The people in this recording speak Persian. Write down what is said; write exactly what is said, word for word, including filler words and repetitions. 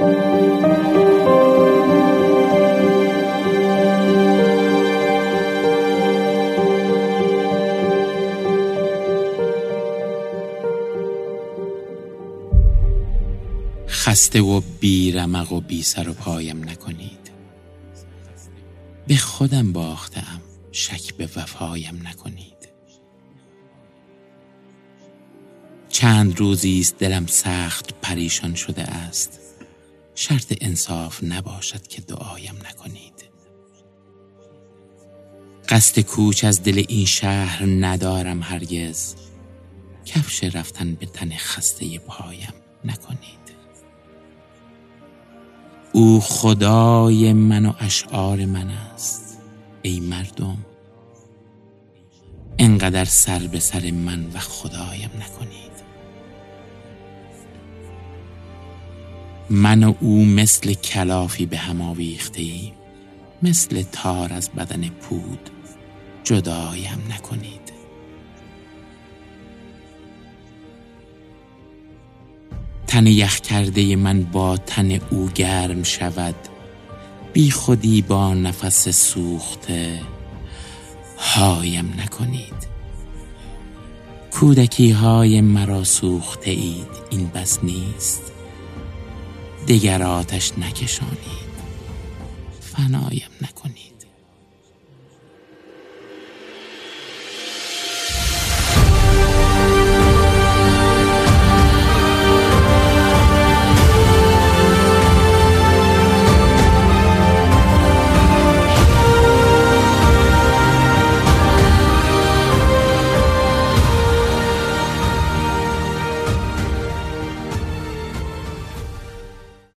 خسته و بی رمق و بی سر و پایم نکنید. به خودم باختم، شک به وفایم نکنید. چند روزی است دلم سخت پریشان شده است، شرط انصاف نباشد که دعایم نکنید. قصد کوچ از دل این شهر ندارم هرگز، کفش رفتن به تن خسته پایم نکنید. او خدای من و اشعار من است، ای مردم انقدر سر به سر من و خدایم نکنید. من و او مثل کلافی به هم آویخته ایم، مثل تار از بدن پود جدایم نکنید. تن یخ کرده من با تن او گرم شود، بی خودی با نفس سوخته هایم نکنید. کودکی های مرا سوخته اید، این بس نیست، دگر آتش نکشانید، فنایم نکنید.